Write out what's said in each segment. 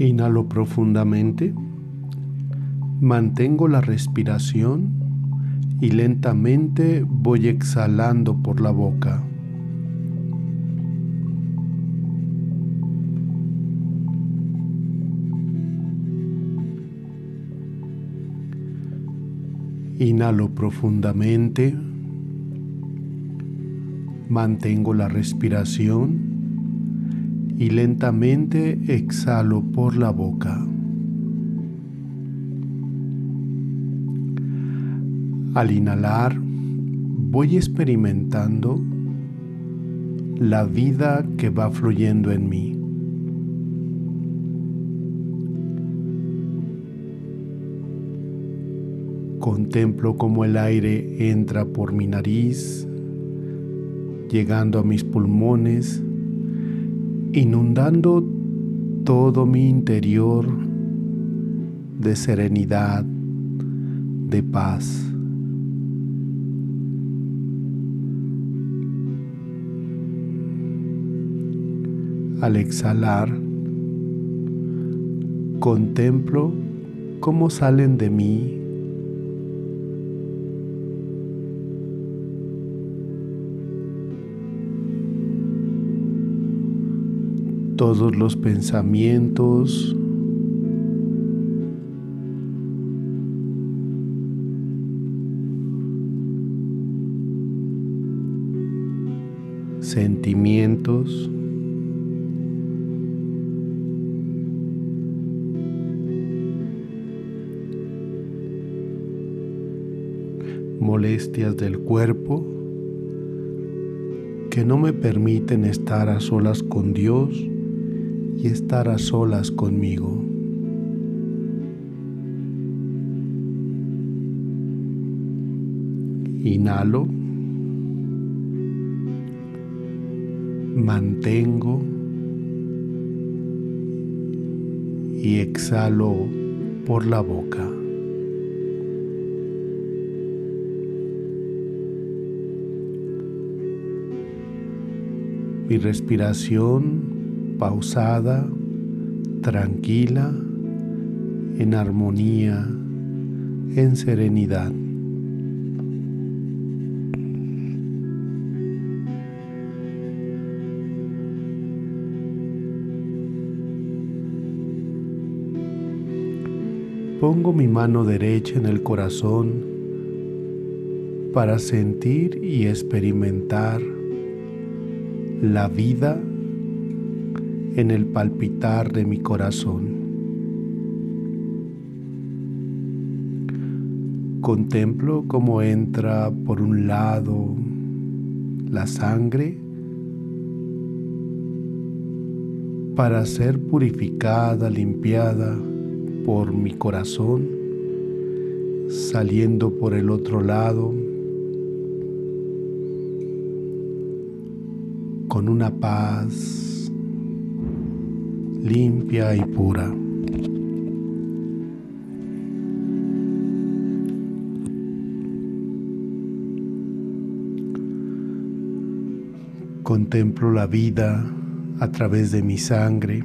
Inhalo profundamente, mantengo la respiración y lentamente voy exhalando por la boca. Inhalo profundamente, mantengo la respiración y lentamente exhalo por la boca. Al inhalar, voy experimentando la vida que va fluyendo en mí. Contemplo cómo el aire entra por mi nariz, llegando a mis pulmones, inundando todo mi interior de serenidad, de paz. Al exhalar, contemplo cómo salen de mí todos los pensamientos, sentimientos, molestias del cuerpo que no me permiten estar a solas con Dios y estar a solas conmigo. Inhalo, mantengo y exhalo por la boca. Mi respiración pausada, tranquila, en armonía, en serenidad. Pongo mi mano derecha en el corazón para sentir y experimentar la vida en el palpitar de mi corazón. Contemplo cómo entra por un lado la sangre para ser purificada, limpiada por mi corazón, saliendo por el otro lado con una paz limpia y pura. Contemplo la vida a través de mi sangre,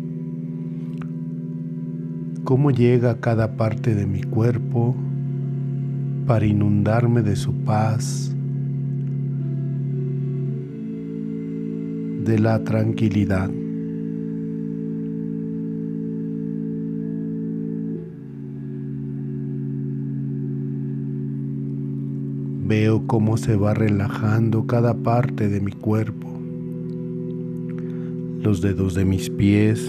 cómo llega a cada parte de mi cuerpo para inundarme de su paz, de la tranquilidad. Veo cómo se va relajando cada parte de mi cuerpo, los dedos de mis pies,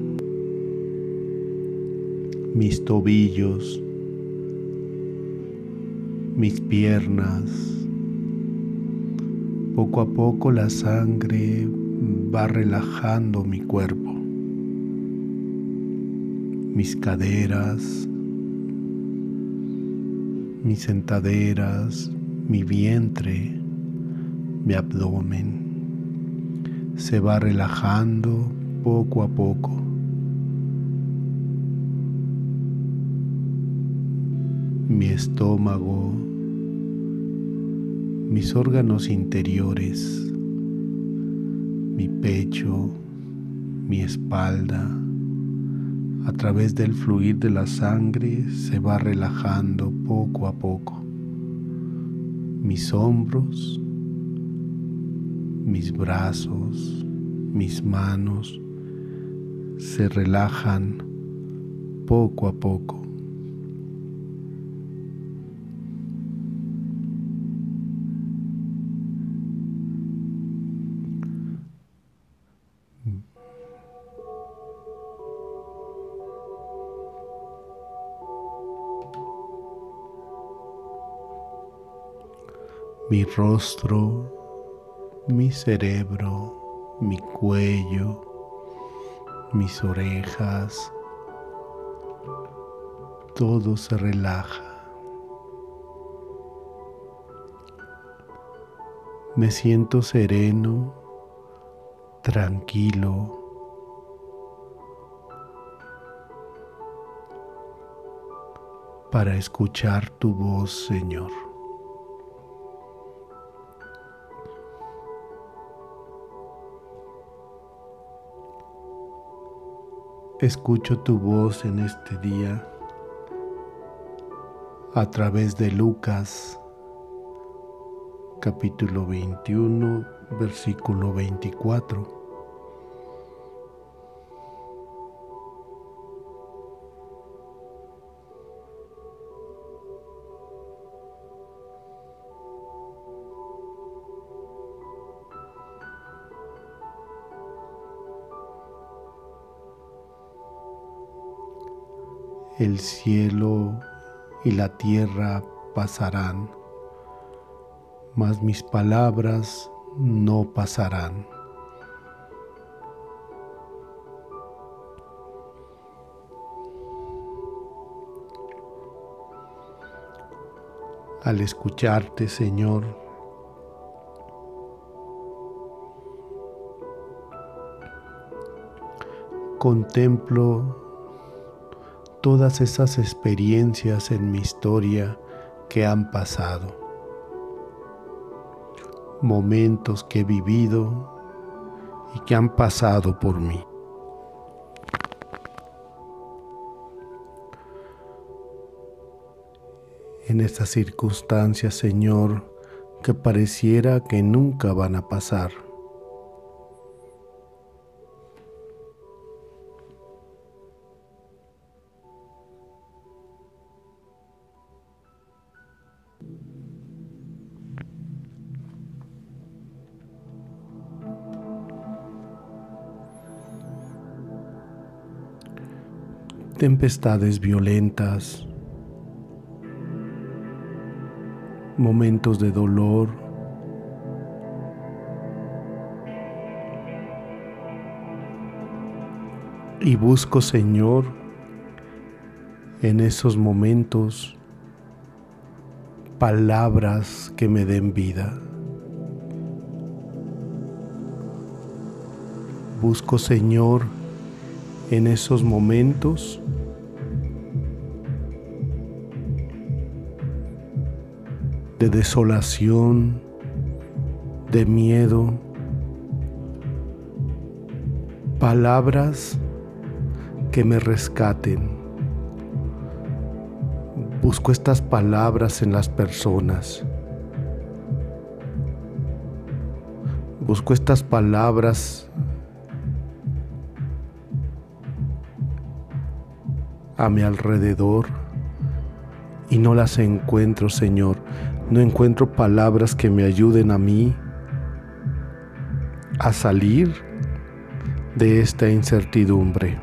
mis tobillos, mis piernas. Poco a poco la sangre va relajando mi cuerpo, mis caderas, mis sentaderas, mi vientre, mi abdomen. Se va relajando poco a poco. Mi estómago, mis órganos interiores, mi pecho, mi espalda, A través del fluir de la sangre se va relajando poco a poco. Mis hombros, mis brazos, mis manos se relajan poco a poco. Mi rostro, mi cerebro, mi cuello, mis orejas, todo se relaja. Me siento sereno, tranquilo, para escuchar tu voz, Señor. Escucho tu voz en este día a través de Lucas, capítulo 21, versículo 24. El cielo y la tierra pasarán, mas mis palabras no pasarán. Al escucharte, Señor, contemplo todas esas experiencias en mi historia que han pasado, momentos que he vivido y que han pasado por mí. En estas circunstancias, Señor, que pareciera que nunca van a pasar. Tempestades violentas, momentos de dolor, y busco, Señor, en esos momentos palabras que me den vida. Busco, Señor, en esos momentos de desolación, de miedo, palabras que me rescaten. Busco estas palabras en las personas. Busco estas palabras a mi alrededor y no las encuentro, Señor. No encuentro palabras que me ayuden a mí a salir de esta incertidumbre.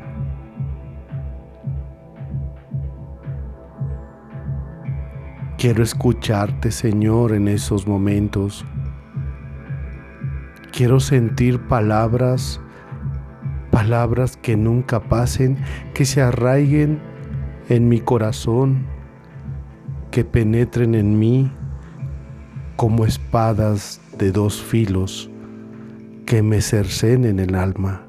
Quiero escucharte, Señor, en esos momentos. Quiero sentir palabras que nunca pasen, que se arraiguen en mi corazón, que penetren en mí como espadas de dos filos, que me cercenen el alma.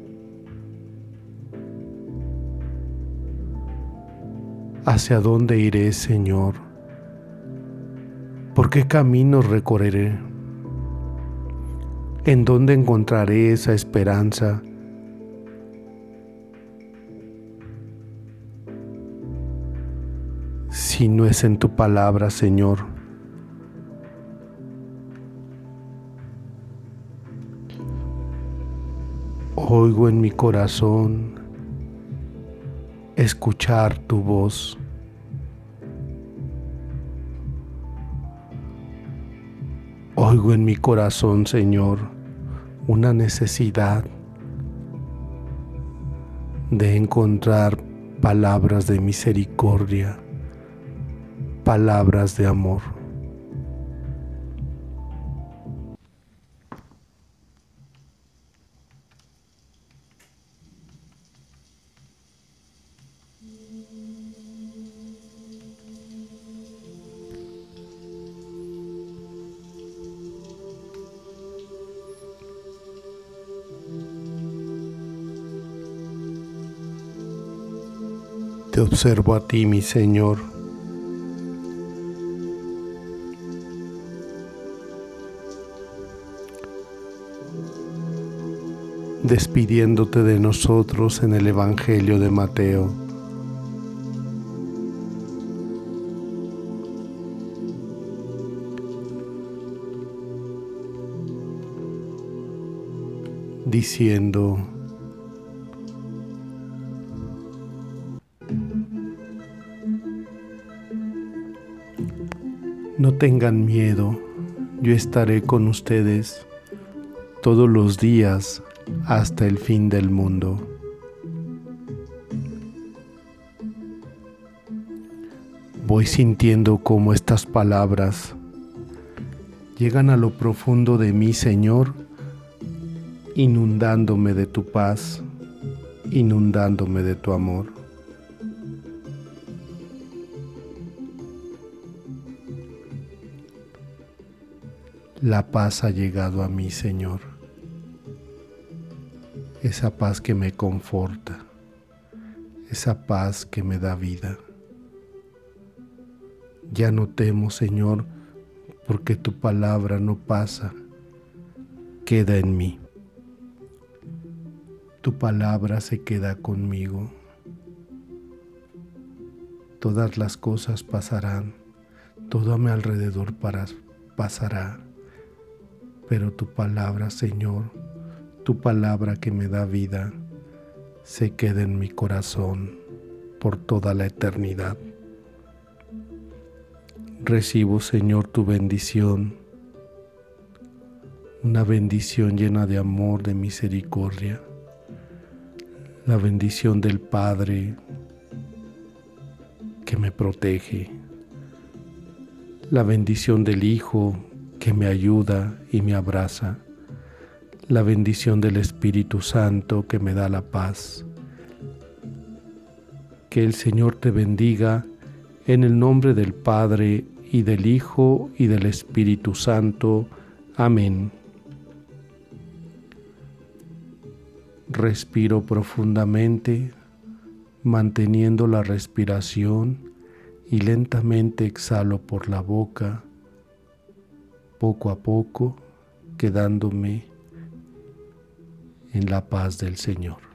¿Hacia dónde iré, Señor? ¿Por qué caminos recorreré? ¿En dónde encontraré esa esperanza si no es en tu palabra, Señor. Oigo en mi corazón escuchar tu voz. Oigo en mi corazón, Señor, una necesidad de encontrar palabras de misericordia, palabras de amor. Te observo a ti, mi Señor. Despidiéndote de nosotros en el Evangelio de Mateo. Diciendo: no tengan miedo, yo estaré con ustedes todos los días hasta el fin del mundo. Voy sintiendo cómo estas palabras llegan a lo profundo de mí, Señor, inundándome de tu paz, inundándome de tu amor. La paz ha llegado a mí, Señor. Esa paz que me conforta, esa paz que me da vida. Ya no temo, Señor, porque tu palabra no pasa, queda en mí. Tu palabra se queda conmigo. Todas las cosas pasarán, todo a mi alrededor pasará. Pero tu palabra, Señor, tu palabra que me da vida, se queda en mi corazón por toda la eternidad. Recibo, Señor, tu bendición, una bendición llena de amor, de misericordia, la bendición del Padre que me protege, la bendición del Hijo que me ayuda y me abraza, la bendición del Espíritu Santo que me da la paz. Que el Señor te bendiga en el nombre del Padre y del Hijo y del Espíritu Santo. Amén. Respiro profundamente, manteniendo la respiración, y lentamente exhalo por la boca, poco a poco, quedándome en la paz del Señor.